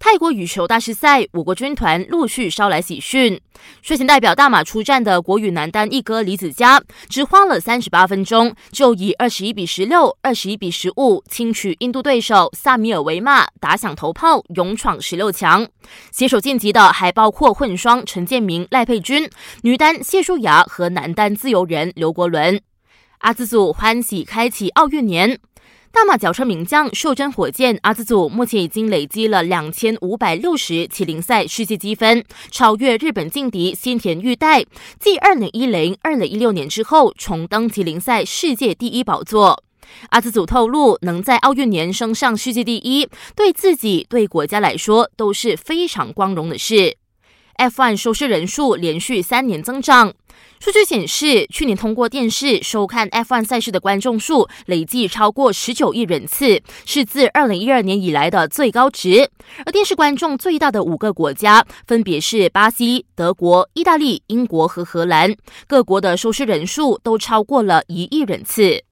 泰国羽球大师赛，我国军团陆续捎来喜讯。率先代表大马出战的国羽男单一哥李子嘉，只花了38分钟，就以21-16、21-15轻取印度对手萨米尔维玛，打响头炮，勇闯16强。携手晋级的还包括混双陈建明、赖佩君、女单谢淑雅和男单自由人刘国伦。阿兹组欢喜开启奥运年。大马脚车名将袖珍火箭阿兹组目前已经累积了2560麒麟赛世界积分，超越日本劲敌新田裕代，继2010、2016年之后重登麒麟赛世界第一宝座。阿兹组透露，能在奥运年升上世界第一，对自己、对国家来说都是非常光荣的事。F1 收视人数连续3年增长。数据显示，去年通过电视收看 F1 赛事的观众数累计超过19亿人次，是自2012年以来的最高值。而电视观众最大的5个国家分别是巴西、德国、意大利、英国和荷兰，各国的收视人数都超过了1亿人次。